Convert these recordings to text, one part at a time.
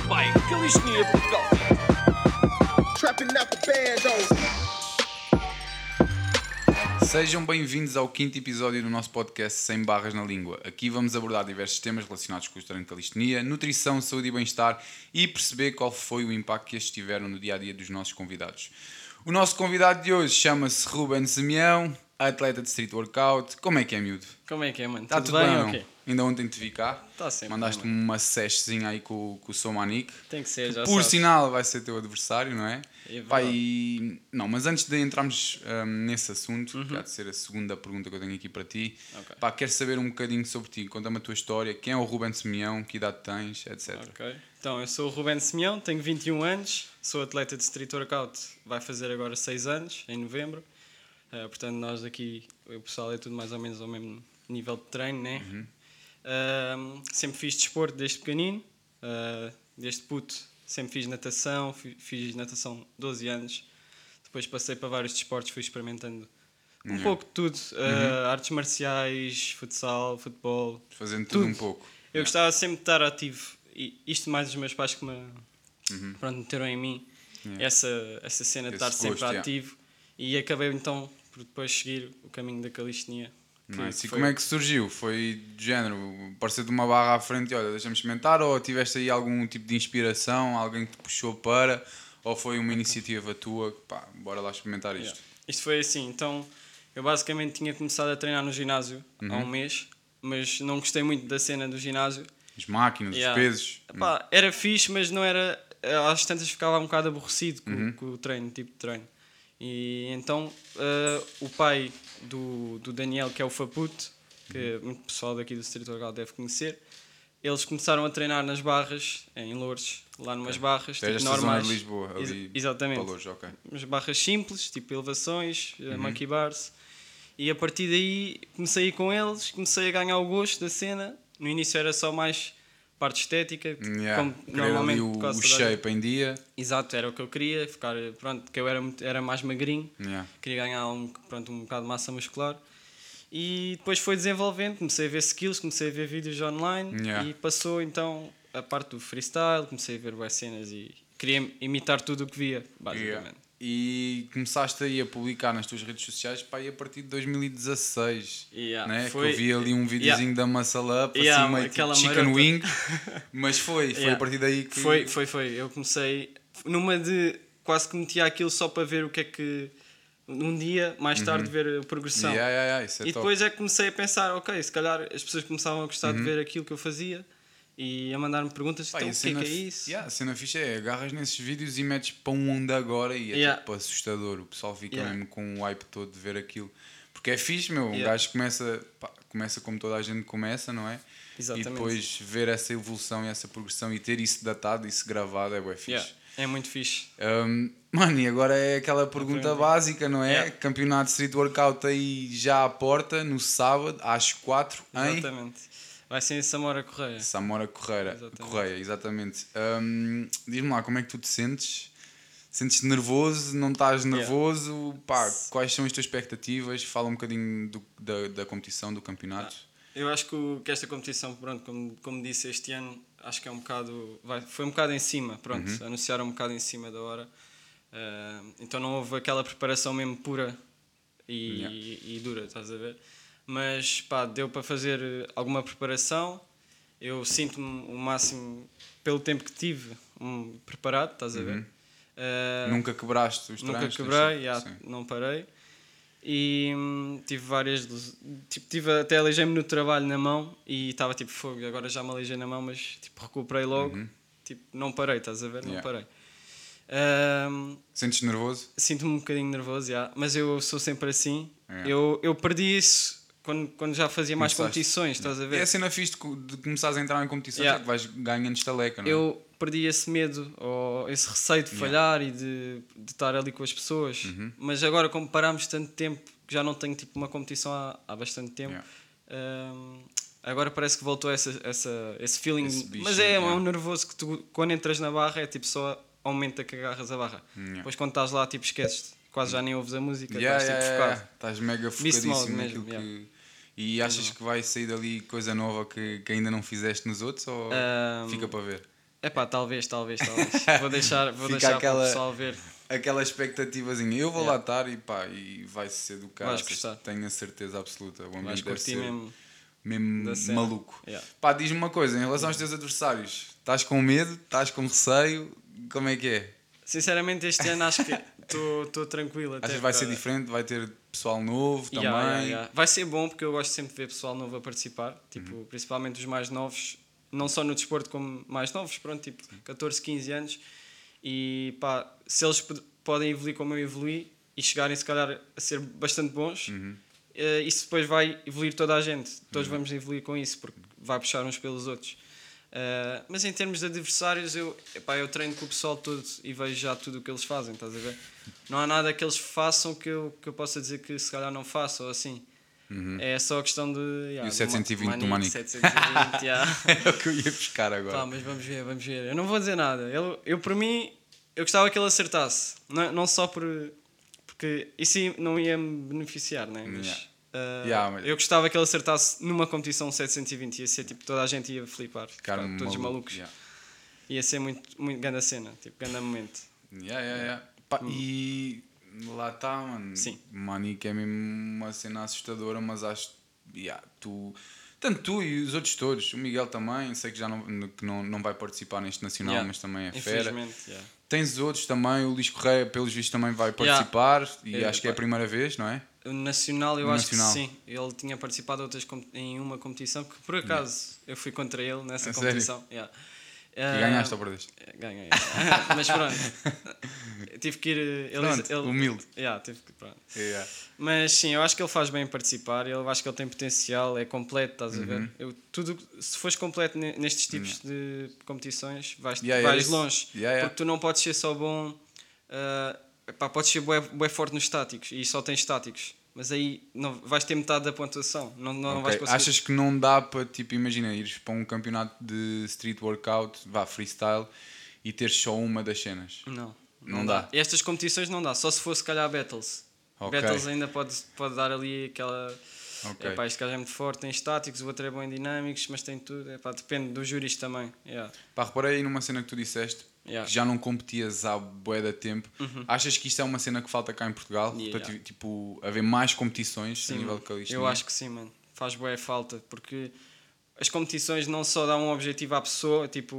by Calistenia Portugal. Trapping out the band, Sejam bem-vindos ao quinto episódio do nosso podcast Sem Barras na Língua. Aqui vamos abordar diversos temas relacionados com o treino de calistenia, nutrição, saúde e bem-estar e perceber qual foi o impacto que estes tiveram no dia-a-dia dos nossos convidados. O nosso convidado de hoje chama-se Ruben Simeão, atleta de street workout. Como é que é, miúdo? Como é que é, mano? Está tudo bem ou não? Ok. Ainda ontem te vi cá. Tá sempre, Mandaste-me uma sessezinha aí com o Somanik. Tem que ser, já Por sabes. sinal, vai ser teu adversário, não é? É verdade. Pá, e... Não, mas antes de entrarmos nesse assunto, que há de ser a segunda pergunta que eu tenho aqui para ti, Ok. pá, quero saber um bocadinho sobre ti. Conta-me a tua história, quem é o Ruben Simeão, que idade tens, etc. Ok. Então, eu sou o Ruben Simeão, tenho 21 anos, sou atleta de street workout, vai fazer agora 6 anos, em novembro. Portanto, nós aqui, o pessoal é tudo mais ou menos ao mesmo nível de treino, né? Sempre fiz desporto desde pequenino, desde puto sempre fiz natação, fiz natação 12 anos, depois passei para vários desportos, fui experimentando um pouco de tudo, artes marciais, futsal, futebol, Fazendo tudo um pouco. eu gostava sempre de estar ativo, e isto mais os meus pais que me pronto, meteram em mim essa cena de Esse estar sempre gosto, ativo, e acabei então por depois seguir o caminho da calistenia. Nice. E como é que surgiu? Foi de género, pareceu-te uma barra à frente e olha, deixa-me experimentar, ou tiveste aí algum tipo de inspiração, alguém que te puxou para, ou foi uma iniciativa tua, pá, bora lá experimentar isto. Yeah. Isto foi assim, então eu basicamente tinha começado a treinar no ginásio há um mês, mas não gostei muito da cena do ginásio. As máquinas, Yeah. os pesos. Epá, era fixe, mas não era. Às tantas ficava um bocado aborrecido com o treino, tipo de treino. E então o pai do Daniel, que é o Faputo, que muito pessoal daqui do Street Workout deve conhecer, eles começaram a treinar nas barras, em Loures, lá numas barras É tipo, esta normais. zona de Lisboa, ali Exatamente. para Loures, ok. Umas barras simples, tipo elevações, monkey bars. E a partir daí comecei a ir com eles, comecei a ganhar o gosto da cena. No início era só mais parte estética, Yeah. como Querer normalmente ali quase o toda a gente. shape em dia. Exato, era o que eu queria, ficar, pronto, que eu era mais magrinho, Yeah. queria ganhar um bocado de massa muscular. E depois foi desenvolvendo, comecei a ver skills, comecei a ver vídeos online Yeah. e passou então a parte do freestyle, comecei a ver boas cenas e queria imitar tudo o que via, basicamente. Yeah. E começaste aí a publicar nas tuas redes sociais pá, aí a partir de 2016, Yeah. né? Foi- que eu vi ali um videozinho da Muscle Up, Yeah, assim meio aquela tipo chicken marota. wing, mas foi Yeah. a partir daí que... Foi. Eu comecei numa de quase que metia aquilo só para ver o que é que. Um dia, mais tarde, ver a progressão. Yeah, isso é E top. depois é que comecei a pensar, ok, se calhar as pessoas começavam a gostar de ver aquilo que eu fazia e a mandar-me perguntas, Pá, então e o que é isso? Yeah, a cena fixe é, agarras nesses vídeos e metes para um mundo agora e é Yeah. tipo assustador, o pessoal fica Yeah. mesmo com o hype todo de ver aquilo. Porque é fixe, meu, um Yeah. gajo começa como toda a gente começa, não é? Exatamente. E depois ver essa evolução e essa progressão e ter isso datado, isso gravado é bué fixe. Yeah, é muito fixe. Mano, e agora é aquela pergunta pergunta. básica, não é? Yeah. Campeonato de Street Workout aí já à porta, no sábado, às 4, em Exatamente. Vai ser em Samora Correia. Samora Correia, exatamente. Diz-me lá, como é que tu te sentes? Sentes-te nervoso? Não estás nervoso? Pá, quais são as tuas expectativas? Fala um bocadinho da competição, do campeonato. Eu acho que esta competição, pronto, como disse, este ano acho que é um bocado. Foi um bocado em cima, pronto. Anunciaram um bocado em cima da hora. Então não houve aquela preparação mesmo pura e dura, estás a ver? Mas pá, deu para fazer alguma preparação. Eu sinto-me o máximo pelo tempo que tive preparado, estás a ver? Nunca quebraste os Nunca treinos? quebrei, Sim. não parei. E tive várias. Tive até aleijei-me no trabalho na mão e estava tipo fogo. Agora já me aleijei na mão, mas tipo recuperei logo. Tipo, não parei, estás a ver? Não parei. Sentes nervoso? Sinto-me um bocadinho nervoso, mas eu sou sempre assim. É. Eu perdi isso quando já fazia mais Começaste. competições, estás a É ver? a cena fixe de começares a entrar em competições, Yeah. é que vais ganhando estaleca, não é? Eu perdi esse medo ou esse receio de falhar e de estar ali com as pessoas. Mas agora, como parámos tanto tempo, que já não tenho tipo uma competição há bastante tempo, agora parece que voltou esse feeling. Esse bicho, Mas é um nervoso que tu, quando entras na barra, é tipo só aumenta que agarras a barra. Depois, quando estás lá, tipo, esqueces, quase já nem ouves a música, estás tipo focado. Estás mega Beast focadíssimo mode naquilo mesmo, que... E achas que vai sair dali coisa nova que ainda não fizeste nos outros ou fica para ver? Talvez. Vou deixar Fica para o pessoal ver. aquela expectativazinha. Eu vou lá estar e vai ser do cara. Vais gostar. Tenho a certeza absoluta. O Vais ambiente deve curtir ser mesmo. mesmo da cena. maluco. Yeah. Pá, diz-me uma coisa, em relação aos teus adversários, estás com medo? Estás com receio? Como é que é? Sinceramente, este ano acho que estou tranquilo. Até Achas que vai ser para- diferente? Vai ter pessoal novo também? Yeah. Vai ser bom porque eu gosto sempre de ver pessoal novo a participar, tipo, principalmente os mais novos, não só no desporto como mais novos, pronto, tipo 14, 15 anos. E pá, se eles podem evoluir como eu evoluí e chegarem se calhar a ser bastante bons, isso depois vai evoluir toda a gente. Todos vamos evoluir com isso porque vai puxar uns pelos outros. Mas em termos de adversários, eu treino com o pessoal todo e vejo já tudo o que eles fazem, estás a ver? Não há nada que eles façam que eu possa dizer que se calhar não faço ou assim. É só a questão de. E o 720 do Manique? 720, É o que eu ia buscar agora. Pá, mas vamos ver. Eu não vou dizer nada. Eu por mim, eu gostava que ele acertasse. Não só porque isso não ia me beneficiar, né? Mas, Mas- eu gostava que ele acertasse numa competição 720. Ia ser tipo, toda a gente ia flipar. Ficar Ficar todos maluco. malucos. Yeah. Ia ser muito grande a cena, tipo, grande momento. Pá, e lá está, mano. Sim. Manique é mesmo uma cena assustadora, mas acho tanto tu e os outros todos, o Miguel também, sei que já não vai participar neste nacional, mas também é fera. Infelizmente, Tens outros também, o Luís Correia, pelos vistos, também vai participar e acho que é a primeira vez, não é? O Nacional, eu O acho Nacional. que sim. Ele tinha participado em uma competição que, por acaso, eu fui contra ele nessa A competição. E ganhaste ou perdeste? Ganhei. Mas pronto. Tive que ir. Pronto, humilde. Tive que, pronto. Yeah. Mas sim, eu acho que ele faz bem em participar. Eu acho que ele tem potencial, é completo, estás a ver? Se fores completo nestes tipos de competições, vais isso. longe. Yeah. Porque tu não podes ser só bom. Podes ser bué forte nos estáticos e só tens estáticos. Mas aí não, vais ter metade da pontuação. Não vais conseguir. Achas que não dá para, tipo, imagina, ires para um campeonato de street workout, freestyle, e teres só uma das cenas? Não dá. Estas competições não dá, só se fosse, se calhar, battles. Ok. Battles ainda pode dar ali aquela. Ok. Este gajo é muito forte, tem estáticos, o outro é bom em dinâmicos, mas tem tudo. Depende dos júris também. Pá, reparei aí numa cena que tu disseste, que já não competias há bué de tempo. Achas que isto é uma cena que falta cá em Portugal? Para tipo, haver mais competições a nível de calistenia? Eu acho que sim, mano. Faz bué falta, porque as competições não só dão um objetivo à pessoa, tipo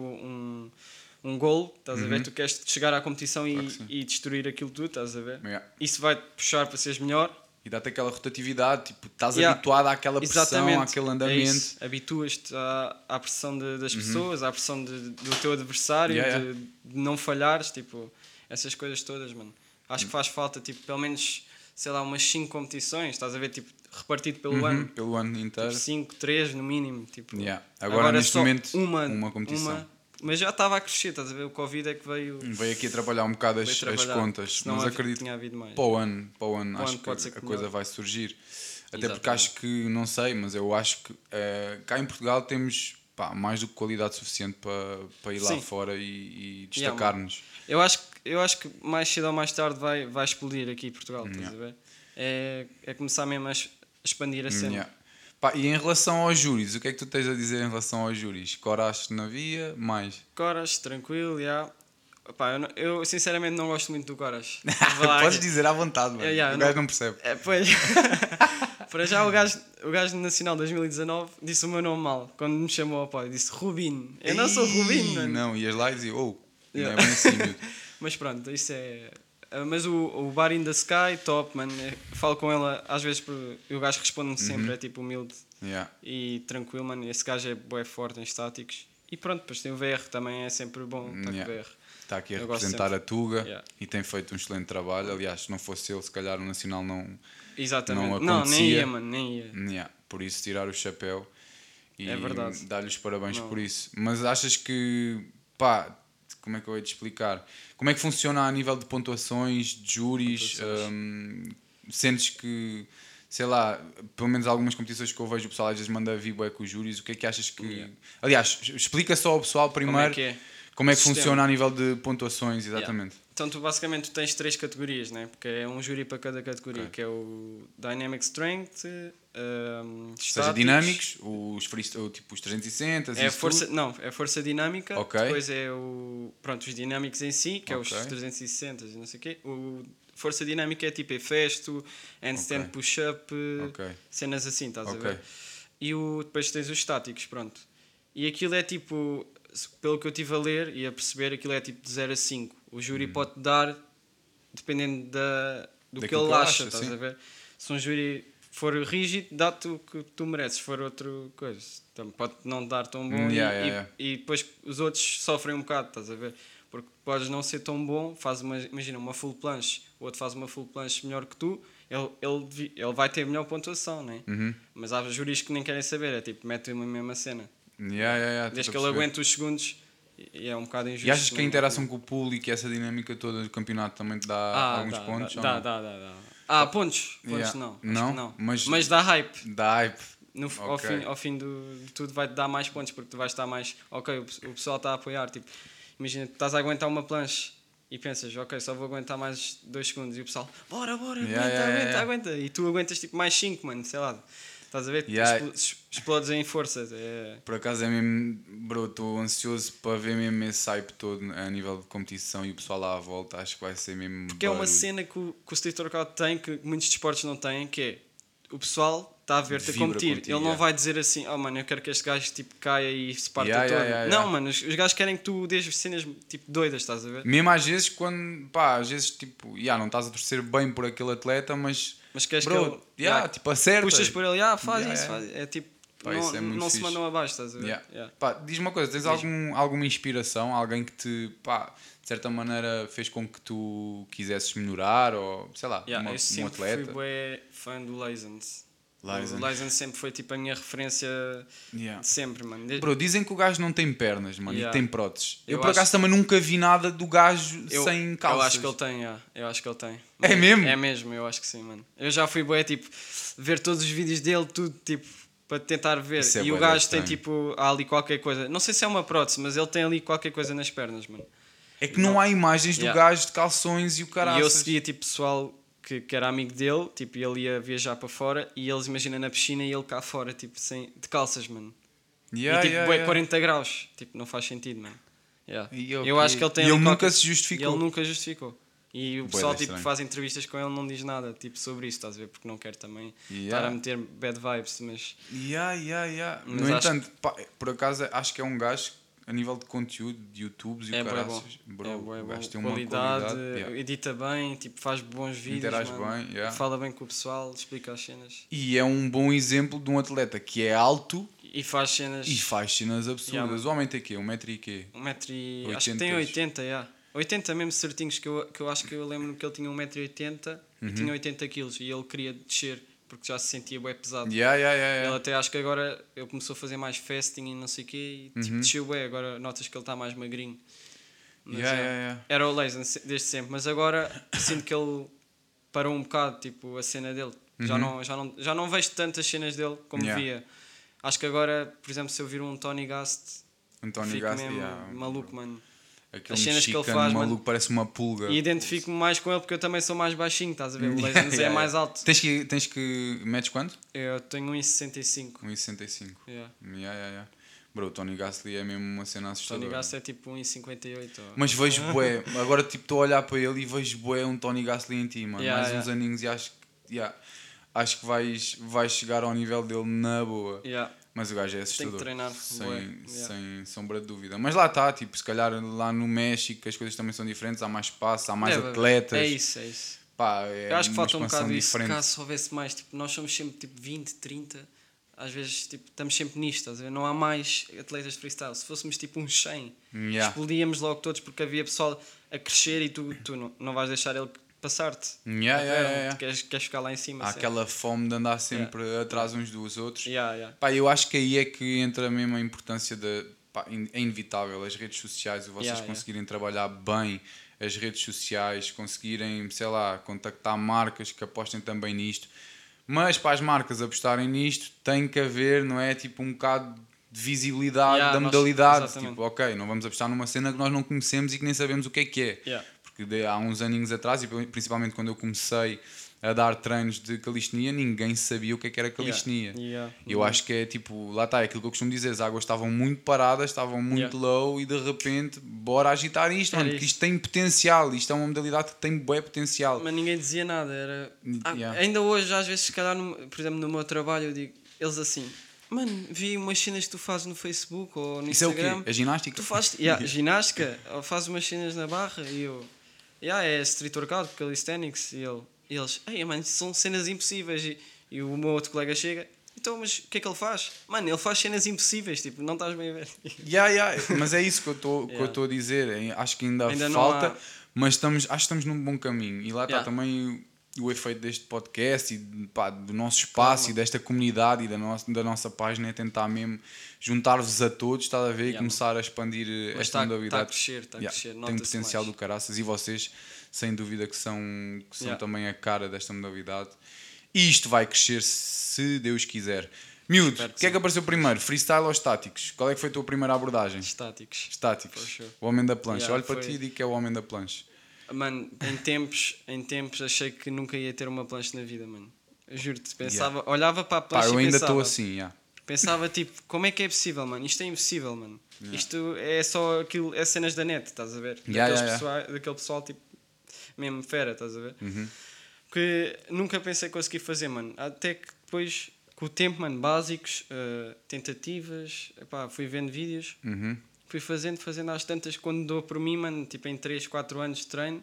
um golo, estás a ver? Tu queres chegar à competição e destruir aquilo tudo, estás a ver? Isso vai-te puxar para seres melhor. E dá-te aquela rotatividade, tipo, estás habituado àquela pressão, àquele andamento. Habituas-te à pressão das pessoas, à pressão do teu adversário, de não falhares, tipo, essas coisas todas, mano. Acho que faz falta, tipo, pelo menos, sei lá, umas 5 competições, estás a ver, tipo, repartido pelo ano. Pelo ano inteiro. 5, 3 no mínimo, tipo. Agora neste só momento, uma competição. Mas já estava a crescer, estás a ver? O Covid é que veio aqui a trabalhar um bocado as contas, mas acredito tinha havido mais. para o ano acho pode ser que a que coisa melhore. vai surgir. Até Exatamente. porque acho que, não sei, mas eu acho que cá em Portugal temos mais do que qualidade suficiente para ir lá fora e destacar-nos. Eu acho que mais cedo ou mais tarde vai explodir aqui em Portugal, estás a ver? É começar mesmo a expandir a cena. Pá, e em relação aos júris, o que é que tu tens a dizer em relação aos júris? Coraste na via, mais? Coras, tranquilo, Pá, eu sinceramente não gosto muito do Coras. Podes dizer à vontade, mano. O gajo não percebe. Pois. Para já o gajo no Nacional 2019 disse o meu nome mal. Quando me chamou ao pai, disse Rubino. Eu não sou Rubino, mano. Não, ias lá e dizia, não é bem assim, meu. Mas pronto, isso é... Mas o Bar in the Sky, top, mano. Falo com ele às vezes e o gajo responde-me sempre, é tipo humilde e tranquilo, mano. Esse gajo é bué forte em estáticos. E pronto, depois tem o VR, também é sempre bom estar com o VR. Está aqui a representar a Tuga e tem feito um excelente trabalho. Aliás, se não fosse ele, se calhar o Nacional não Exatamente. não acontecia. Nem ia, mano, nem ia. Por isso, tirar o chapéu e dar-lhe os parabéns por isso. Mas achas que, como é que eu hei de explicar? Como é que funciona a nível de pontuações, de júris? Sentes que, sei lá, pelo menos algumas competições que eu vejo, o pessoal às vezes manda vir bué com os júris. O que é que achas que... Aliás, explica só ao pessoal primeiro como é que funciona a nível de pontuações, exatamente. Então tu basicamente tens 3 categorias, né? Porque é um júri para cada categoria, Ok. que é o Dynamic Strength, Ou seja, estáticos, dinâmicos, tipo os 360, é isso força, tudo. não, é força dinâmica, Ok. depois é os dinâmicos em si, que é os Ok. 360 e não sei o quê. O força dinâmica é tipo efesto, handstand Ok. push-up, Ok. cenas assim, estás Ok. a ver? E depois tens os estáticos, pronto. E aquilo é tipo, pelo que eu estive a ler e a perceber, aquilo é tipo de 0 a 5. O júri pode dar, dependendo do que Daquilo ele que ele acha, acha, estás sim. a ver? Se um júri for rígido, dá-te o que tu mereces. Se for outra coisa, então pode não dar tão bom e depois os outros sofrem um bocado, estás a ver? Porque podes não ser tão bom, imagina uma full planche, o outro faz uma full planche melhor que tu, ele vai ter melhor pontuação, né? Uhum. Mas há juris que nem querem saber, é tipo, metem uma mesma cena. Estou Desde a que ele perceber. aguente os segundos, e é um bocado injusto. E achas que a não- interação com o público e essa dinâmica toda do campeonato também te dá alguns pontos? ou não? Dá. Pontos Yeah. não, acho Não? que não. Mas- Mas dá hype. Dá hype. Ao Ok. fim de tudo vai-te dar mais pontos, porque tu vais estar mais... Ok, o pessoal está a apoiar, tipo... Imagina, tu estás a aguentar uma planche e pensas, ok, só vou aguentar mais 2 segundos. E o pessoal, bora, aguenta. E tu aguentas tipo mais 5, mano, sei lá. Estás a ver? Yeah. Explodes em força. É... Por acaso é mesmo, bro, estou ansioso para ver mesmo esse hype todo a nível de competição e o pessoal lá à volta. Acho que vai ser mesmo. Porque é uma barulho. cena que o street workout tem, que muitos desportos não têm, que é o pessoal está a ver-te a Vibra competir. contigo, Ele não yeah. vai dizer assim, oh mano, eu quero que este gajo tipo, caia e se parta todo. Yeah. Não, mano, os gajos querem que tu dês cenas tipo doidas, estás a ver? Mesmo às vezes, quando, pá, às vezes, tipo, não estás a torcer bem por aquele atleta, mas Mas queres bro, que ele tipo, acerta. puxas por ele, faz Yeah, isso, yeah. faz. É tipo, Pá, isso é muito não se fixe. mandam abaixo, estás a ver? Yeah. Yeah. Pá, diz-me uma coisa, tens alguma inspiração? Alguém que te, pá, de certa maneira fez com que tu quisesses melhorar? Ou, sei lá, Yeah, eu um sempre atleta? fui bué fã do Leisans. Leisans. O Leisans sempre foi tipo a minha referência Yeah. de sempre, mano. Bro, dizem que o gajo não tem pernas, mano, Yeah. e tem próteses. Eu Eu por acaso acho- também nunca vi nada do gajo sem calças. Eu acho que ele tem, yeah. Eu acho que ele tem. É mesmo? É mesmo, eu acho que sim, mano. Eu já fui bué, tipo, ver todos os vídeos dele, tudo, tipo, para tentar ver. Isso é E o bué gajo tem, estranho. tipo, há ali qualquer coisa. Não sei se é uma prótese, mas ele tem ali qualquer coisa nas pernas, mano. É que não há imagens do Yeah. gajo de calções e o caralho. E eu seguia, tipo, pessoal que era amigo dele, tipo, ele ia viajar para fora e eles, imagina, na piscina e ele cá fora, tipo, de calças, mano. e, tipo, bué, 40 graus. Tipo, não faz sentido, mano. Yeah. E Eu ok. acho que ele tem E ali ele nunca qualquer- se justificou. E ele nunca justificou. E o Bué pessoal da tipo, estranho. faz entrevistas com ele não diz nada tipo, sobre isso, estás a ver? Porque não quer também Yeah. estar a meter bad vibes, mas No Mas acho entanto, pá, por acaso acho que é um gajo a nível de conteúdo, de YouTubes e é o bué bom. caraças. Bro, É bué o bom. gajo tem Qualidade, uma qualidade. Yeah. edita bem, tipo, faz bons vídeos, Interage mano. bem, yeah. Fala bem com o pessoal, explica as cenas E é um bom exemplo de um atleta que é alto e faz cenas. e faz cenas absurdas. Yeah, mano. O homem tem quê? 1 metro e quê? 1 e... 80. Acho que tem 80, yeah. 80 mesmo certinhos, que eu acho que eu lembro que ele tinha 1,80 m e tinha 80 kg e ele queria descer porque já se sentia bem pesado. Ele até acho que agora ele começou a fazer mais fasting e não sei o quê e tipo, desceu bem, agora notas que ele está mais magrinho. Mas, era o Leison desde sempre, mas agora sinto que ele parou um bocado tipo, a cena dele. Já não vejo tantas cenas dele como via. Acho que agora, por exemplo, se eu vir um Tony Gast, António fico Gast, mesmo maluco, mano. Aquele As cenas que ele mexicano faz, maluco, mano. parece uma pulga. E identifico-me mais com ele porque eu também sou mais baixinho, estás a ver? O Leisans é mais alto. Tens que... Metes quanto? Eu tenho 1,65. 1,65. Yeah. Bro, o Tony Gasly é mesmo uma cena assustadora. Tony Gast é tipo 1,58. Mas vejo bué, agora tipo estou a olhar para ele e vejo bué um Tony Gasly em ti, mano. Mais uns aninhos e acho que vais chegar ao nível dele na boa. Yeah. Mas o gajo é Tenho assustador. que treinar. Sem sombra de dúvida. Mas lá está, tipo, se calhar lá no México as coisas também são diferentes, há mais espaço, há mais atletas. É isso. Pá, é Eu acho que uma falta um expansão bocado isso. diferente. Caso se houvesse mais, tipo, nós somos sempre tipo 20, 30. Às vezes tipo, estamos sempre nisto, estás a ver? Não há mais atletas de freestyle. Se fôssemos tipo uns 100, explodíamos logo todos porque havia pessoal a crescer e tu não vais deixar ele passar-te. Queres ficar lá em cima. Há aquela fome de andar sempre atrás uns dos outros. Pá, eu acho que aí é que entra mesmo a importância de... Pá, é inevitável as redes sociais e vocês conseguirem trabalhar bem as redes sociais, conseguirem, sei lá, contactar marcas que apostem também nisto. Mas para as marcas apostarem nisto tem que haver, não é? Tipo um bocado de visibilidade da modalidade. Tipo, ok, não vamos apostar numa cena que nós não conhecemos e que nem sabemos o que é. porque há uns aninhos atrás, e principalmente quando eu comecei a dar treinos de calistenia, ninguém sabia o que era calistenia. Eu acho que é tipo, lá está, é aquilo que eu costumo dizer, as águas estavam muito paradas, estavam muito low e de repente, bora agitar isto, mano, porque isto tem potencial, isto é uma modalidade que tem bué potencial. Mas ninguém dizia nada, era... Ainda hoje, às vezes, se calhar, por exemplo, no meu trabalho, eu digo, eles assim... Mano, vi umas cenas que tu fazes no Facebook ou no Instagram. Isso é o quê? É ginástica? Tu fazes ginástica, ou fazes umas cenas na barra e eu... é street workout, calisthenics. E eles, mano, são cenas impossíveis. E o meu outro colega chega, então, mas o que é que ele faz? Mano, ele faz cenas impossíveis, tipo, não estás bem a ver. Mas é isso que eu estou a dizer. Acho que ainda Falta, mas acho que estamos num bom caminho. E lá está também o efeito deste podcast e do nosso espaço e desta comunidade e da nossa página é tentar mesmo juntar-vos a todos, está a ver, e começar a expandir esta modalidade. Está a crescer, tem potencial do caraças e vocês, sem dúvida, que são também a cara desta modalidade. E isto vai crescer se Deus quiser. Miúdo, o que é que apareceu primeiro? Freestyle ou estáticos? Qual é que foi a tua primeira abordagem? Estáticos. Sure. O homem da plancha. Olho para ti e digo que é o homem da plancha. Mano, em tempos achei que nunca ia ter uma plancha na vida, mano. Eu juro-te, pensava, olhava para a plancha eu e ainda pensava... estou assim, Pensava tipo, como é que é possível, mano? Isto é impossível, mano. Isto é só aquilo, é cenas da net, estás a ver? Daquele pessoal tipo, mesmo fera, estás a ver? Porque nunca pensei conseguir fazer, mano. Até que depois, com o tempo, mano, básicos, tentativas, fui vendo vídeos, fui fazendo às tantas, quando dou por mim, mano, tipo em 3, 4 anos de treino,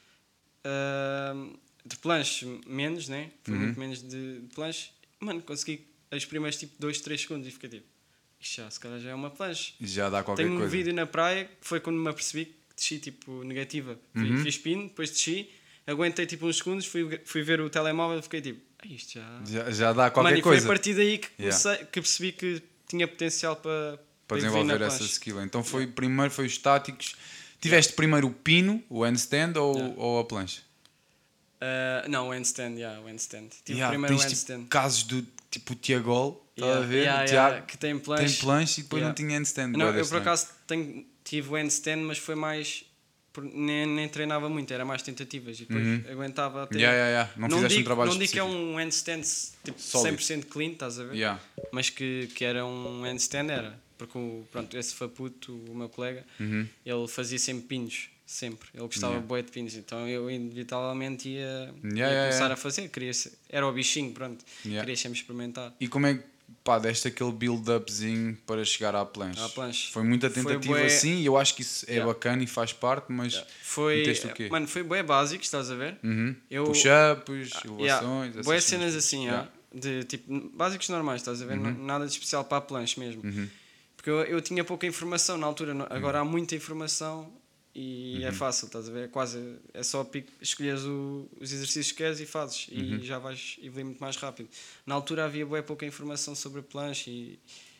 de planche menos, né? Foi muito menos de planche. Mano, consegui as primeiras tipo 2, 3 segundos e fiquei tipo, isto se calhar já é uma planche. Já dá qualquer coisa. Tenho um vídeo na praia, que foi quando me apercebi que desci tipo negativa. Fiz pino, depois desci, aguentei tipo uns segundos, fui ver o telemóvel e fiquei tipo, isto já dá qualquer coisa. E foi a partir daí que percebi que tinha potencial para desenvolver essa skill. Então primeiro foi os estáticos. Tiveste primeiro o pino, o handstand ou a plancha? Não, o handstand, o handstand. Tive primeiro o handstand. Tipo, casos do tipo o Tiagol, estás a ver? O Tiago que tem planche e depois não tinha handstand. Não, eu por acaso tive o handstand, mas foi mais... Nem treinava muito, era mais tentativas e depois aguentava até... Não fizeste um trabalho Não digo específico. que é um handstand tipo 100% clean, estás a ver? Mas que era um handstand, era. Porque esse Faputo, o meu colega, ele fazia sempre pinos. Sempre, ele gostava bué de pinos, então eu inevitavelmente ia começar a fazer, era o bichinho, pronto, queria sempre experimentar. E como é que deste aquele build-upzinho para chegar à planche? Foi muita tentativa assim e eu acho que isso é bacana e faz parte, mas meteste o quê? Mano, foi bué básico, estás a ver? Push-ups, elevações, bué cenas assim, de tipo, básicos normais, estás a ver? Nada de especial para a planche mesmo. Porque eu tinha pouca informação na altura, agora há muita informação. E é fácil, estás a ver? É só escolheres os exercícios que queres e fazes e já vais evoluir muito mais rápido. Na altura havia bem pouca informação sobre a planche e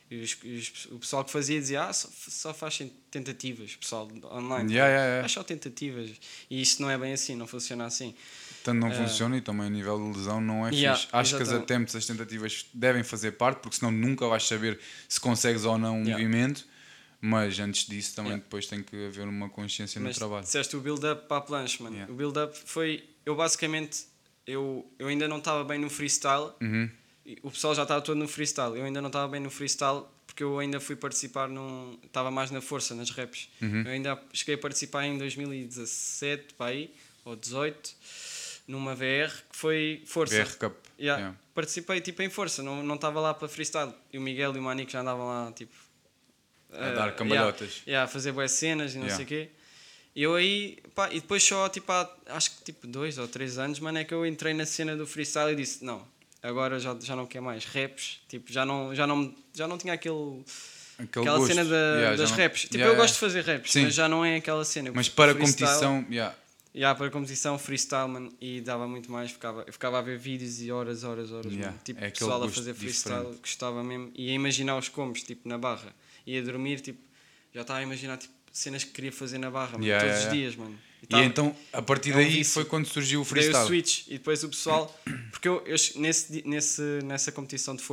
o pessoal que fazia dizia só faz tentativas, pessoal online, faz só tentativas e isto não é bem assim, não funciona assim. Tanto não funciona e também a nível de lesão não é fixe. Acho que as tentativas devem fazer parte, porque senão nunca vais saber se consegues ou não um movimento. Mas antes disso também depois tem que haver uma consciência no trabalho. Disseste o build-up para a planche, mano. O build-up foi... Eu basicamente... Eu ainda não estava bem no freestyle. O pessoal já estava todo no freestyle. Eu ainda não estava bem no freestyle porque eu ainda fui participar estava mais na força, nas reps. Eu ainda cheguei a participar em 2017, para aí, ou 18, numa VR, que foi força. VR Cup. Participei tipo em força, não estava lá para freestyle. E o Miguel e o Manico já andavam lá, tipo... a dar cambalhotas. A fazer boas cenas e não sei o quê. E eu aí, e depois só, acho que 2 ou 3 anos, mano, é que eu entrei na cena do freestyle e disse, não, agora já não quero mais raps, tipo, já não tinha aquela gosto. Cena das raps. Eu gosto de fazer raps, mas já não é aquela cena. Mas para competição, para competição, freestyle, mano, e dava muito mais, eu ficava a ver vídeos e horas, mano. Tipo, pessoal a fazer freestyle, gostava mesmo, e a imaginar os combos, tipo, na barra. Ia dormir, tipo, já estava a imaginar tipo, cenas que queria fazer na barra, mano, todos os dias, mano. E então, a partir daí foi quando surgiu o freestyle. Dei o switch e depois o pessoal... Porque eu nessa competição de força,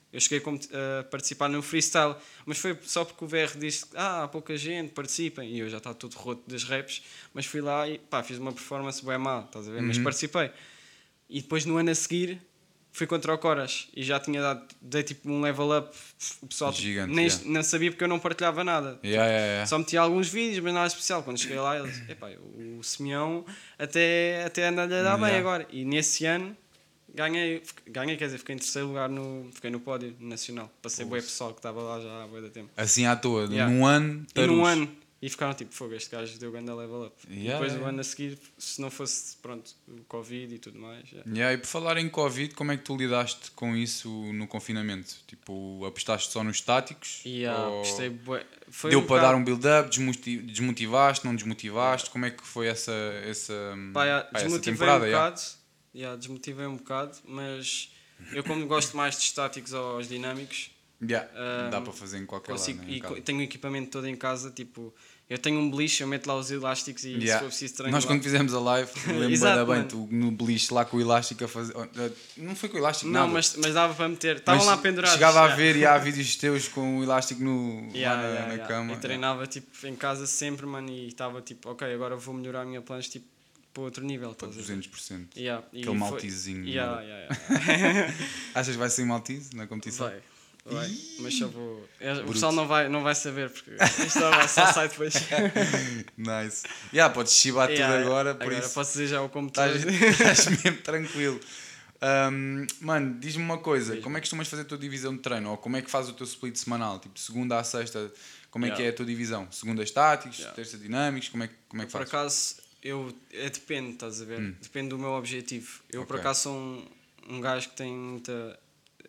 Eu cheguei a participar no freestyle, mas foi só porque o VR disse há pouca gente, participem, e eu já estava todo roto das raps, mas fui lá e pá, fiz uma performance bem má, estás a ver? Mas participei. E depois no ano a seguir fui contra o Coras e já tinha dei tipo um level up, o pessoal tipo, Gigante, nem, yeah. não sabia porque eu não partilhava nada. Só metia alguns vídeos, mas nada especial. Quando cheguei lá, eles, epá, o Simeão até anda-lhe a dar bem agora. E nesse ano ganhei, quer dizer, fiquei em terceiro lugar, fiquei no pódio nacional. Passei bué pessoal que estava lá já há bué de tempo. Assim à toa, Yeah. num ano, E num tarus. ano, e ficaram tipo, fogo, este gajo deu grande level up. E depois o ano a seguir, se não fosse, pronto, o Covid e tudo mais. E por falar em Covid, como é que tu lidaste com isso no confinamento? Tipo, apostaste só nos estáticos? Ou Apostei bué. Foi deu um para bocado- dar um build-up? Desmotivaste? Não desmotivaste? Como é que foi essa Desmotivei temporada? um bocado, desmotivei um bocado, mas eu como gosto mais de estáticos aos dinâmicos, Dá para fazer em qualquer consigo, lado. e tenho o equipamento todo em casa, tipo, eu tenho um beliche, eu meto lá os elásticos e se for preciso treino Nós lá. quando fizemos a live, lembro Exato, bem, mano. tu no beliche lá com o elástico a fazer... Não foi com o elástico, Não, nada. mas dava para meter, estavam lá pendurados. Chegava a ver e há vídeos teus com o elástico na cama. E treinava tipo, em casa sempre, mano, e estava tipo, ok, agora vou melhorar a minha plancha tipo, para outro nível. Para estás a ver? 200%. E Aquele maltezinho. Achas que vai ser maltese na competição? Vai, mas só vou. O pessoal não vai saber porque isto só sai depois. Nice. Podes chibar tudo agora, por agora isso posso dizer já o computador. estás mesmo tranquilo. Mano, diz-me uma coisa, como é que costumas fazer a tua divisão de treino? Ou como é que fazes o teu split semanal? Tipo, segunda à sexta, como é que é a tua divisão? Segunda estáticos, terça dinâmicos, como é que Por fazes? acaso, depende, estás a ver? Depende do meu objetivo. Eu por acaso sou um gajo que tem muita.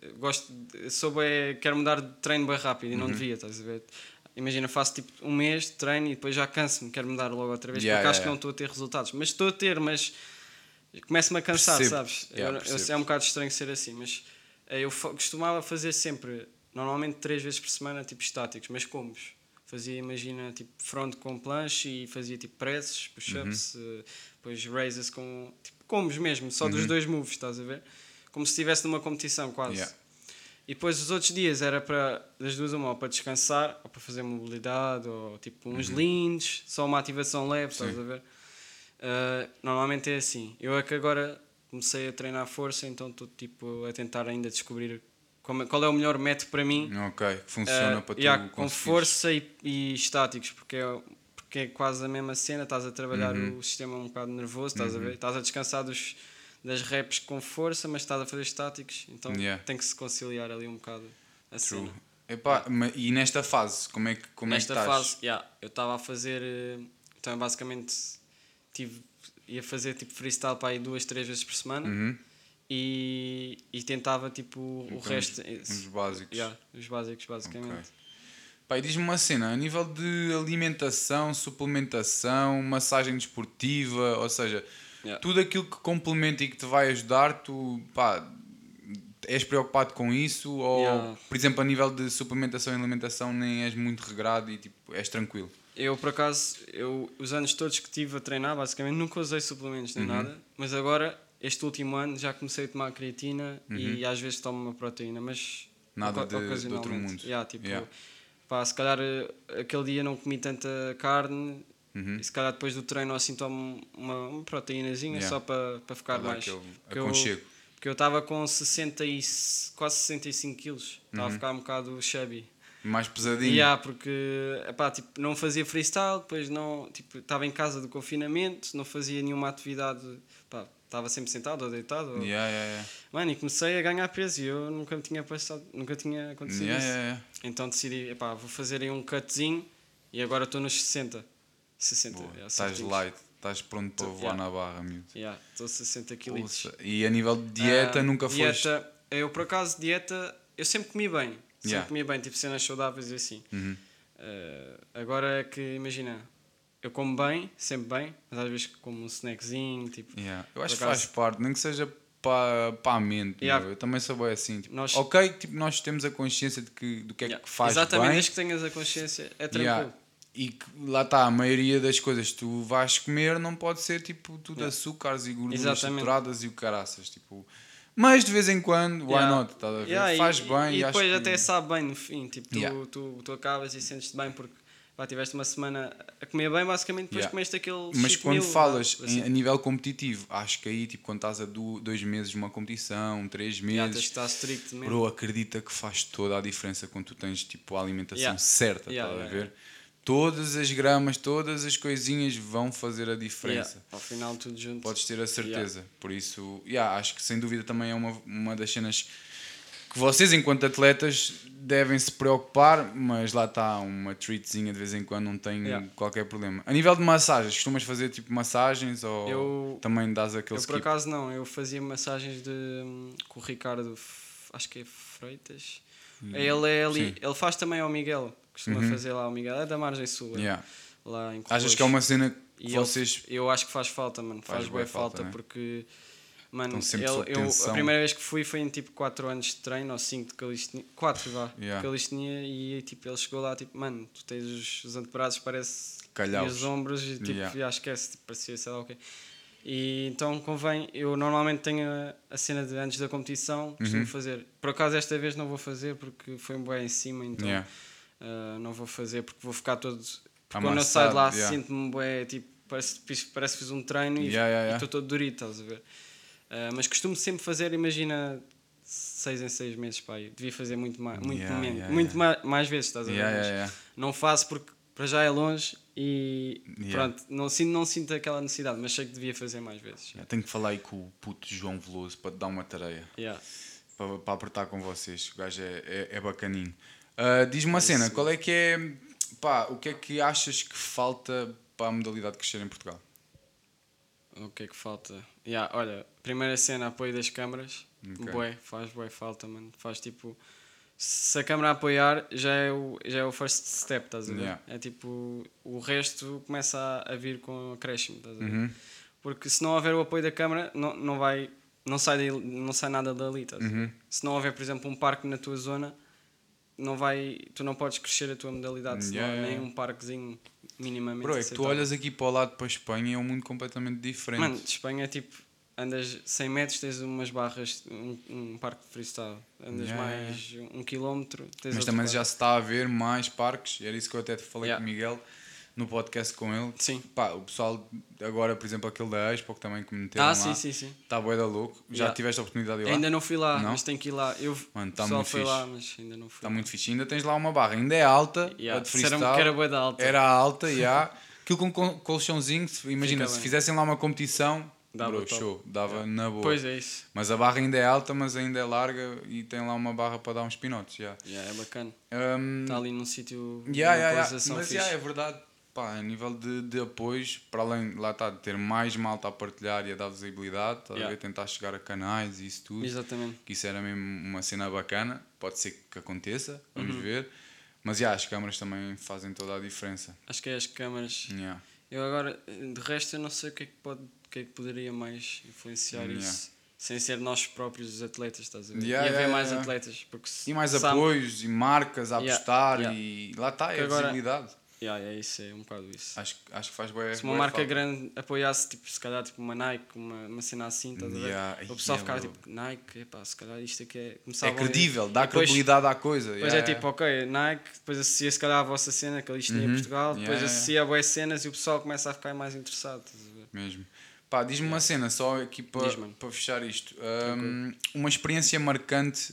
Quero mudar de treino bem rápido e não devia, estás a ver? Imagina, faço tipo um mês de treino e depois já canso-me, quero mudar logo outra vez, porque acho que não estou a ter resultados. Mas estou a ter, mas começo-me a cansar, Percebo. sabes? Percebo. É um bocado estranho ser assim, mas eu costumava fazer sempre, normalmente 3 vezes por semana, tipo estáticos, mas combos. Fazia, imagina, tipo front com planche e fazia tipo presses, push-ups, depois raises com tipo combos mesmo, só dos 2 moves, estás a ver? Como se estivesse numa competição quase. E depois os outros dias era para, das duas uma, ou para descansar, ou para fazer mobilidade, ou tipo uns leans, só uma ativação leve, estás a ver? Normalmente é assim. Eu é que agora comecei a treinar força, então estou tipo a tentar ainda descobrir qual é o melhor método para mim. Ok, que funciona para tu com conseguires. força e estáticos, porque é quase a mesma cena, estás a trabalhar o sistema um bocado nervoso, estás a ver? Estás a descansar das reps com força, mas estás a fazer estáticos, então tem que se conciliar ali um bocado a cena. E nesta fase, como é que Nesta estás? fase, eu estava a fazer, então basicamente ia fazer tipo freestyle para aí 2-3 vezes por semana e tentava tipo o resto. Os básicos. Os básicos basicamente. E diz-me uma cena, a nível de alimentação, suplementação, massagem desportiva, ou seja, tudo aquilo que complementa e que te vai ajudar, tu és preocupado com isso? Ou, por exemplo, a nível de suplementação e alimentação nem és muito regrado e tipo, és tranquilo? Eu, por acaso, os anos todos que estive a treinar, basicamente, nunca usei suplementos nem nada, mas agora, este último ano, já comecei a tomar creatina e às vezes tomo uma proteína, mas nada de outro mundo. Se calhar aquele dia não comi tanta carne e se calhar depois do treino assim tomo uma proteínazinha só para ficar mais. Aconchego. Porque eu estava com quase 65 quilos, estava a ficar um bocado chubby. Mais pesadinho. Porque não fazia freestyle, depois estava em casa do confinamento, não fazia nenhuma atividade, estava sempre sentado ou deitado. Mano, e comecei a ganhar peso e eu nunca tinha acontecido isso. Então decidi, vou fazer aí um cutzinho e agora estou nos 60. Estás light, estás pronto para voar na barra, miúdo. Estou 60 quilos. E a nível de dieta nunca foste? Eu por acaso, dieta, eu sempre comi bem. Sempre comia bem, tipo cenas saudáveis e assim. Agora é que, imagina, eu como bem, sempre bem, mas às vezes como um snackzinho, tipo... Eu acho que faz parte, nem que seja para a mente. Eu também sou bem assim. Tipo, nós temos a consciência do que é que faz Exatamente, bem. desde que tenhas a consciência, é tranquilo. E que, lá está, a maioria das coisas que tu vais comer não pode ser tipo tudo açúcares e gorduras saturadas e o caraças. Tipo, Mas de vez em quando, why Yeah. not? Estás a ver? Yeah, Faz bem e acho depois que... até sabe bem no fim. Tipo, Yeah. tu acabas e sentes-te bem porque pá, tiveste uma semana a comer bem, basicamente, depois Yeah. comeste aquele Mas cheat quando meal, falas vá, assim. a nível competitivo, acho que aí, tipo, quando estás a 2 meses de uma competição, 3 Yeah, tens meses, de estar strict mesmo. bro, acredita que faz toda a diferença quando tu tens, tipo, a alimentação Yeah. certa, Yeah, estás a yeah, ver? Todas as gramas, todas as coisinhas vão fazer a diferença. Yeah, ao final tudo junto. Podes ter a certeza. Por isso, acho que sem dúvida também é uma das cenas que vocês, enquanto atletas, devem se preocupar, mas lá está, uma treatzinha de vez em quando não tem Yeah. qualquer problema. A nível de massagens, costumas fazer tipo massagens ou Eu- também dás aquele Eu por skip? acaso não, eu fazia massagens com o Ricardo, acho que é Freitas. Ele é ali, sim. ele faz também ao Miguel, costuma fazer lá ao Miguel, é da Margem Sul, Yeah. lá em Achas Corroios. que é uma cena que E vocês... eu acho que faz falta, mano. Faz Faz bué bem falta, né? porque, mano, Estão sempre sob a tensão. primeira vez que fui foi em tipo 4 anos de treino ou 5 de calistenia. 4 vá, Yeah. de calistenia. E tipo, ele chegou lá, tipo, mano, tu tens os antebraços, parece. Calhaus. E os ombros, e tipo, Yeah. já esquece, tipo, parecia, sei lá o quê. E então convém, eu normalmente tenho a cena de antes da competição, costumo fazer. Por acaso esta vez não vou fazer porque foi um bué em cima, então Yeah. não vou fazer porque vou ficar todo. Porque quando eu saio de lá sinto-me bué, tipo, parece que fiz um treino e estou todo durito, estás a ver? Mas costumo sempre fazer, imagina, 6 em 6 meses, pá, eu devia fazer muito mais, mais vezes, estás a ver? Mas não faço porque para já é longe e pronto, não sinto aquela necessidade, mas sei que devia fazer mais vezes. Tenho que falar aí com o puto João Veloso para te dar uma tarefa. Yeah. Para apertar com vocês. O gajo é bacaninho. Diz-me uma cena, isso. qual é que é... Pá, o que é que achas que falta para a modalidade crescer em Portugal? O que é que falta? Olha, primeira cena, apoio das câmaras. Ok. Faz bué falta, mano. Faz tipo... Se a câmara apoiar, já é o first step, estás a ver? Yeah. É tipo... O resto começa a vir com acréscimo, estás a ver? Uhum. Porque se não houver o apoio da câmara, não sai nada dali, estás a ver? Se não houver, por exemplo, um parque na tua zona, tu não podes crescer a tua modalidade, se não há nem um parquezinho minimamente Bro, é que tu aceitável. olhas aqui para o lado para a Espanha, é um mundo completamente diferente. Mano, de Espanha é tipo, andas 100 metros, tens umas barras, um parque de freestyle. Andas mais 1 quilómetro, tens Mas outro também parque. já se está a ver mais parques, era isso que eu até te falei com o Miguel no podcast com ele. Sim. Pá, o pessoal, agora, por exemplo, aquele da Expo, que também meteram lá, sim. está bué da louco. Já tiveste a oportunidade de ir lá? Ainda não fui lá, Não? mas tenho que ir lá. Mano, O tá pessoal muito foi fixe. lá, mas ainda não fui. Está muito fixe. Ainda tens lá uma barra, ainda é alta, a de Disseram-me freestyle. que era bué da alta. Era alta, aquilo com colchãozinho, imagina, Fica se bem. fizessem lá uma competição, Dava bro, top. show, dava na boa. Pois é isso. Mas a barra ainda é alta, mas ainda é larga e tem lá uma barra para dar uns pinotes. É bacana. Um, Está ali num sítio de mas localização fixe. é verdade. Pá, a nível de apoios, para além lá está, de ter mais malta a partilhar e a dar visibilidade, tá a ver, tentar chegar a canais e isso tudo. Exatamente. Que isso era mesmo uma cena bacana. Pode ser que aconteça, vamos ver. Mas as câmaras também fazem toda a diferença. Acho que é as câmaras. Yeah. Eu agora, de resto, eu não sei o que é que poderia mais influenciar isso. Sem ser nós próprios os atletas, estás a ver? E haver mais atletas. Porque E mais apoios e marcas a apostar e lá está, é a agora- visibilidade. É isso, é um bocado isso. Acho que faz bué. Se uma marca grande apoiasse, tipo, se calhar tipo uma Nike, uma cena assim, estás a ver? O pessoal ficava bro. tipo, Nike, epá, se calhar isto aqui é... É Começava credível, dá e depois- credibilidade à coisa. Depois é tipo, ok, Nike, depois associa se calhar a vossa cena, que ali isto em Portugal, depois associa a boas cenas e o pessoal começa a ficar mais interessado, estás a ver? Mesmo. Pá, diz-me uma cena só aqui para fechar isto. Uma experiência marcante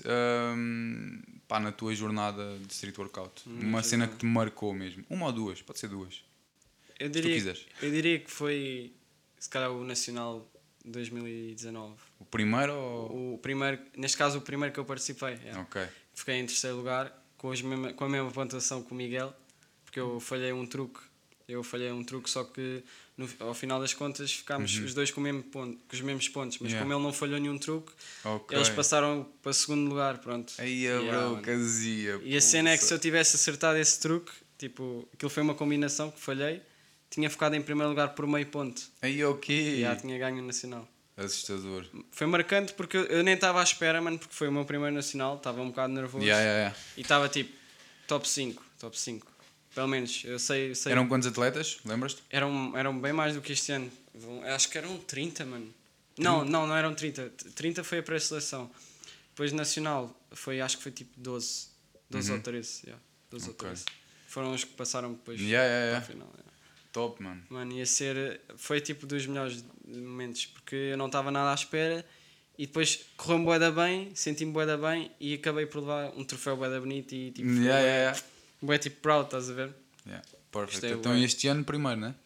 pá, na tua jornada de street workout. Uma cena que te marcou mesmo. Uma ou duas, pode ser duas. Eu tu quiseres. diria que foi, se calhar, o Nacional 2019. O primeiro ou... O primeiro, neste caso, o primeiro que eu participei. Ok. Fiquei em terceiro lugar, com a mesma pontuação que o Miguel, porque eu falhei um truque. Só que ao final das contas ficámos os dois com os mesmos pontos. Mas como ele não falhou nenhum truque, eles passaram para segundo lugar. Pronto. Aí, bro, casia. E a cena é que se eu tivesse acertado esse truque, tipo, aquilo foi uma combinação que falhei, tinha ficado em primeiro lugar por meio ponto. Aí, ok. E tinha ganho o Nacional. Assustador. Foi marcante porque eu nem estava à espera, mano, porque foi o meu primeiro Nacional, estava um bocado nervoso. E estava tipo top 5. Pelo menos, eu sei. Eram quantos atletas? Lembras-te? Eram bem mais do que este ano. Acho que eram 30, mano. Não eram 30. 30 foi a pré-seleção. Depois nacional, acho que foi tipo 12. 12 ou 13, 12 ou 13. Foram os que passaram depois para a final. Top, mano. Mano, foi tipo dos melhores momentos, porque eu não estava nada à espera e depois correu-me bué da bem, senti-me bué da bem e acabei por levar um troféu bué da bonito e tipo, bué tipo proud, estás a ver? Perfect. Gostei, Então bué. este ano primeiro, né?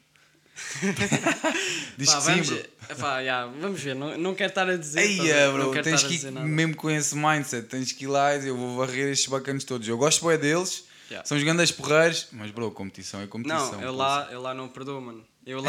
Diz Pá, que sim, bro. vamos ver, não quero estar a dizer. Eia, bro, não quero tens estar a que dizer ir nada. mesmo com esse mindset, tens que ir lá e dizer, eu vou varrer estes bacanas todos. Eu gosto bué deles, são os grandes porreiros, mas bro, competição é competição. Não, eu lá não perdoo, mano. Eu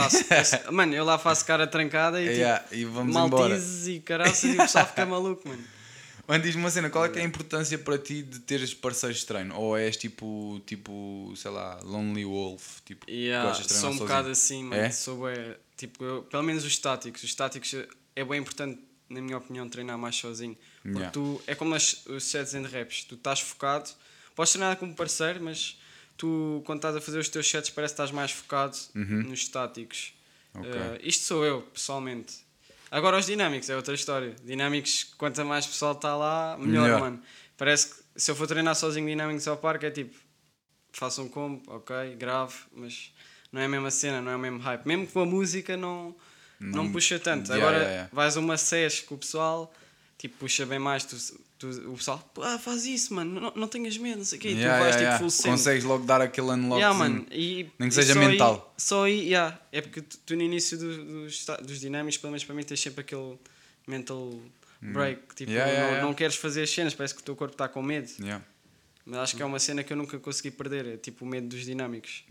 lá faço cara trancada e E vamos malteses e caraças e o pessoal fica maluco, mano. Mano, diz-me uma cena, qual é que é a importância para ti de teres parceiros de treino? Ou és tipo, sei lá, Lonely Wolf, tipo, gostas de treinar Sou um sozinho? bocado assim, mano. É? Sou tipo, pelo menos os estáticos. Os estáticos é bem importante, na minha opinião, treinar mais sozinho. Porque é como os sets and reps. Tu estás focado, podes treinar como parceiro, mas tu, quando estás a fazer os teus sets, parece que estás mais focado nos estáticos. Isto sou eu, pessoalmente. Agora os dinâmicos é outra história. Dinâmicos, quanto mais pessoal está lá, melhor, mano. Parece que se eu for treinar sozinho dinâmicos ao parque é tipo, faço um combo, ok, grave, mas não é a mesma cena, não é o mesmo hype. Mesmo com a música não puxa tanto. Agora vais a uma sesh com o pessoal, tipo, puxa bem mais, o pessoal, faz isso, mano, não tenhas medo, não sei o quê, tu vais tipo full send. Consegues logo dar aquele unlock, mano, nem que seja mental. Só aí, é porque tu no início dos dinâmicos, pelo menos para mim, tens sempre aquele mental break, tipo, não queres fazer as cenas, parece que o teu corpo está com medo. Mas acho que é uma cena que eu nunca consegui perder, é tipo o medo dos dinâmicos.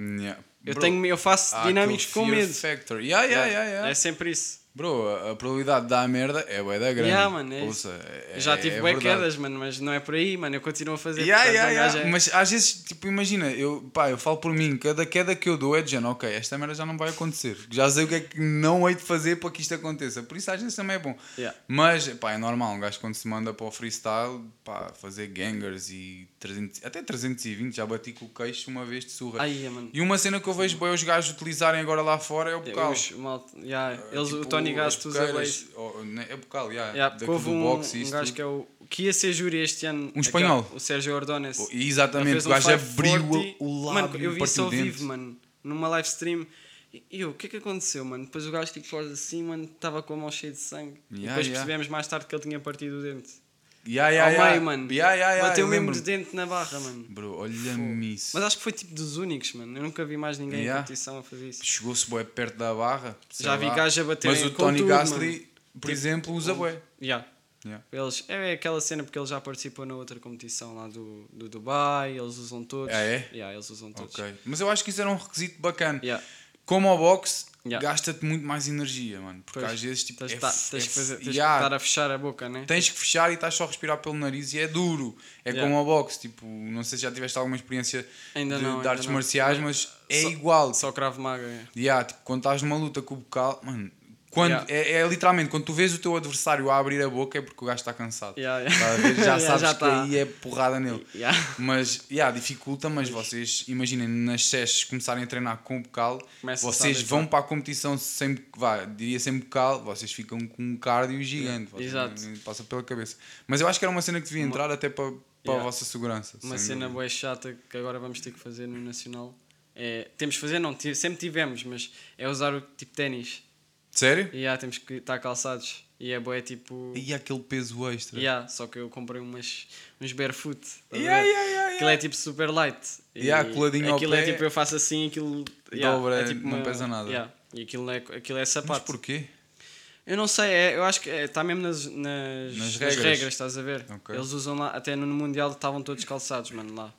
Eu faço dinâmicos com medo. Factor. É sempre isso. Bro, a probabilidade de dar merda é bué da grande. Mano, Ouça, eu já tive bué quedas, mano, mas não é por aí, mano. Eu continuo a fazer. Mas às vezes, tipo, imagina, eu falo por mim, cada queda que eu dou é de género, ok, esta merda já não vai acontecer. Já sei o que é que não hei de fazer para que isto aconteça. Por isso às vezes também é bom. Mas, é normal, um gajo quando se manda para o freestyle, fazer gangers e 300, até 320, já bati com o queixo uma vez de surra. E uma cena que eu vejo bem os gajos utilizarem agora lá fora é o bocal. O Tony Gasto usa bem. É bocal, houve do boxe um e isso gajo tudo. que ia ser júri este ano. Um espanhol. O Sérgio Ordones. Exatamente, o gajo abriu o lábio. Mano, eu vi isso ao vivo, mano, numa live stream. E o que é que aconteceu, mano? Depois o gajo tipo fora assim, mano, estava com a mão cheia de sangue. E depois percebemos mais tarde que ele tinha partido o dente. Ao meio, mano. Bateu mesmo de dente na barra, mano. Bro, olha-me isso. Mas acho que foi tipo dos únicos, mano. Eu nunca vi mais ninguém em competição a fazer isso. Chegou-se bué perto da barra. Já vi gajos a bater. Mas o Tony Gasly, por exemplo, usa bué. Eles, é aquela cena porque ele já participou na outra competição lá do Dubai, eles usam todos. Eles usam todos. Mas eu acho que isso era um requisito bacana. Como ao boxe, gasta-te muito mais energia, mano. Porque às vezes tipo, tens que estar a fechar a boca, né? Tens que fechar e estás só a respirar pelo nariz e é duro. É como ao boxe, tipo, não sei se já tiveste alguma experiência de artes marciais, mas é igual. Só cravo maga. Tipo, quando estás numa luta com o bocal, mano. É literalmente, quando tu vês o teu adversário a abrir a boca é porque o gajo está cansado. Já sabes que aí é porrada nele. Mas dificulta, mas vocês imaginem nas sessions começarem a treinar com o bocal, vocês vão para a competição sem bocal, vocês ficam com um cardio gigante. Passa pela cabeça. Mas eu acho que era uma cena que devia entrar até para a vossa segurança. Uma cena boa chata que agora vamos ter que fazer no Nacional. Temos que fazer, sempre tivemos, mas é usar o tipo ténis. Sério? Temos que estar calçados. E é bué tipo... E aquele peso extra. Só que eu comprei uns barefoot. Aquilo é tipo super light. coladinho aquilo ao pé. É tipo, eu faço assim, aquilo... dobra, é tipo não pesa nada. E aquilo é sapato. Mas porquê? Eu não sei, eu acho que está mesmo nas regras, estás a ver? Eles usam lá, até no Mundial estavam todos calçados, mano, lá.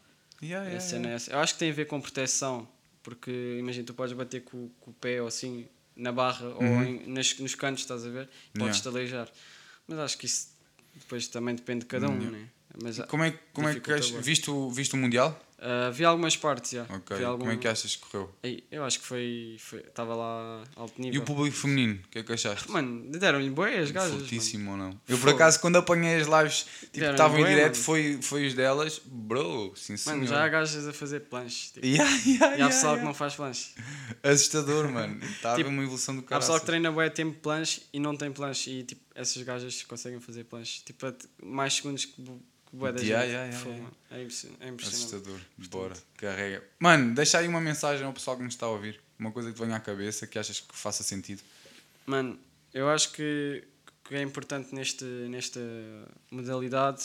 Eu acho que tem a ver com proteção. Porque, imagina, tu podes bater com o pé ou assim... na barra ou nos cantos, estás a ver? Podes-te aleijar. Mas acho que isso depois também depende de cada um, né? Mas como é que viste o Mundial? Vi algumas partes, já. Ok. Vi Como é que achas que correu? Ei, eu acho que foi. Estava lá alto E nível. o público feminino? O que é que achaste? Mano, deram-lhe bué as gajas. Mano. Fortíssimo ou não? Eu por Fogo. acaso quando apanhei as lives, tipo, Deram-lhe estavam em bué, direto, mano. foi os delas. Bro, sim Mano, senhor. já há gajas a fazer planches. Tipo. Yeah, E há pessoal que não faz planches. Assustador, mano. Está a haver Tipo, uma evolução do Há caralho. pessoal que treina bué tempo planche e não tem planche. E tipo, essas gajas conseguem fazer planches. Tipo, mais segundos que bué da Yeah, gente. yeah, Fogo, yeah. mano. É impressionante. Assustador. Bora, carrega. Mano, deixa aí uma mensagem ao pessoal que nos está a ouvir. Uma coisa que te venha à cabeça que achas que faça sentido. Mano, eu acho que é importante nesta modalidade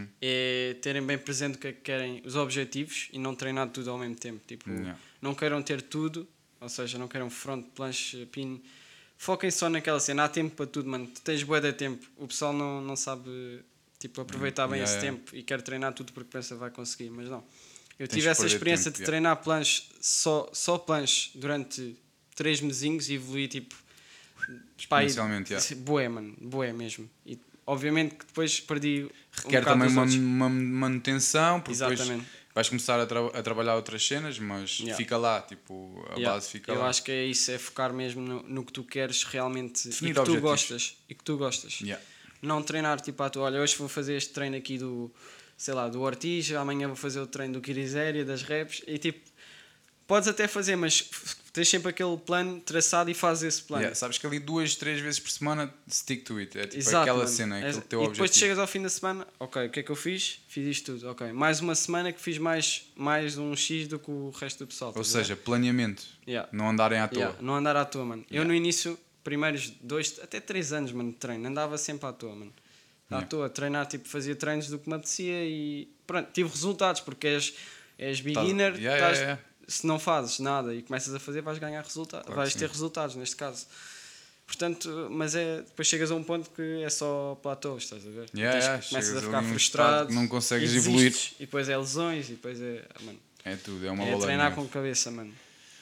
é terem bem presente o que é que querem, os objetivos e não treinar tudo ao mesmo tempo. Tipo, Yeah. não queiram ter tudo, ou seja, não queiram front, planche, pin. Foquem só naquela cena. Há tempo para tudo, mano. Tu tens bué de tempo. O pessoal não sabe tipo, aproveitar bem esse tempo e quer treinar tudo porque pensa que vai conseguir, mas não. Eu Tens tive que essa perder experiência tempo, de treinar planche, só planche durante 3 mesinhos e evoluí tipo Exponencialmente, bué, mano, bué mesmo. E obviamente que depois perdi Requer bocado também dos outros. uma manutenção, porque depois Exatamente. vais começar a trabalhar outras cenas, mas Yeah. fica lá, tipo, a Yeah. base fica Eu lá. acho que é isso, é focar mesmo no que tu queres realmente Definir e que objetivos. tu gostas. Yeah. Não treinar tipo à toa, olha, hoje vou fazer este treino aqui do, sei lá, do Ortiz, amanhã vou fazer o treino do Kirizéria, das reps, e tipo, podes até fazer, mas tens sempre aquele plano traçado e fazes esse plano. Yeah. Sabes que ali 2, 3 vezes por semana stick to it. É tipo Exato, aquela mano. cena, é aquele teu E objetivo. depois tu chegas ao fim da semana, ok, o que é que eu fiz? Fiz isto tudo, ok. Mais uma semana que fiz mais um X do que o resto do pessoal. Ou estás a ver? seja, planeamento. Yeah. Não andarem à toa. Yeah, não andar à toa, mano. Eu no início, primeiros 2, até 3 anos, mano, de treino, andava sempre à toa, mano. À toa, treinar, tipo, fazia treinos do que me apetecia e pronto, tive resultados, porque és beginner, se não fazes nada e começas a fazer, vais ganhar resultados, Claro vais que ter sim. resultados neste caso. Portanto, mas depois chegas a um ponto que é só platô, estás a ver? Yeah, Começas chegas a ficar ali num frustrado, estado que não consegues e evoluir. desistes, e depois é lesões, e depois mano, É tudo, é uma é bola de treinar neve. com cabeça, mano.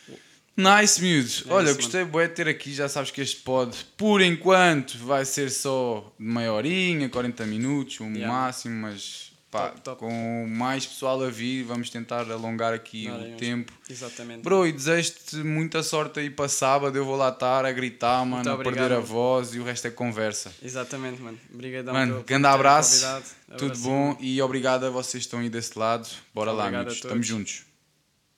Nice, miúdo. Olha, isso, gostei bué de ter aqui. Já sabes que este pod, por enquanto, vai ser só de meia horinha, 40 minutos, o Yeah. máximo, mas pá, Top. com mais pessoal a vir, vamos tentar alongar aqui Não, o é, tempo. Exatamente. Bro, e desejo-te muita sorte aí para sábado. Eu vou lá estar a gritar, mano, a obrigado, perder a mano. voz e o resto é conversa. Exatamente, mano. Obrigadão Mano, por grande me terem abraço, convidado. tudo Abracinho. bom e obrigado a vocês que estão aí desse lado. Bora lá, Obrigado a amigos, todos. estamos juntos.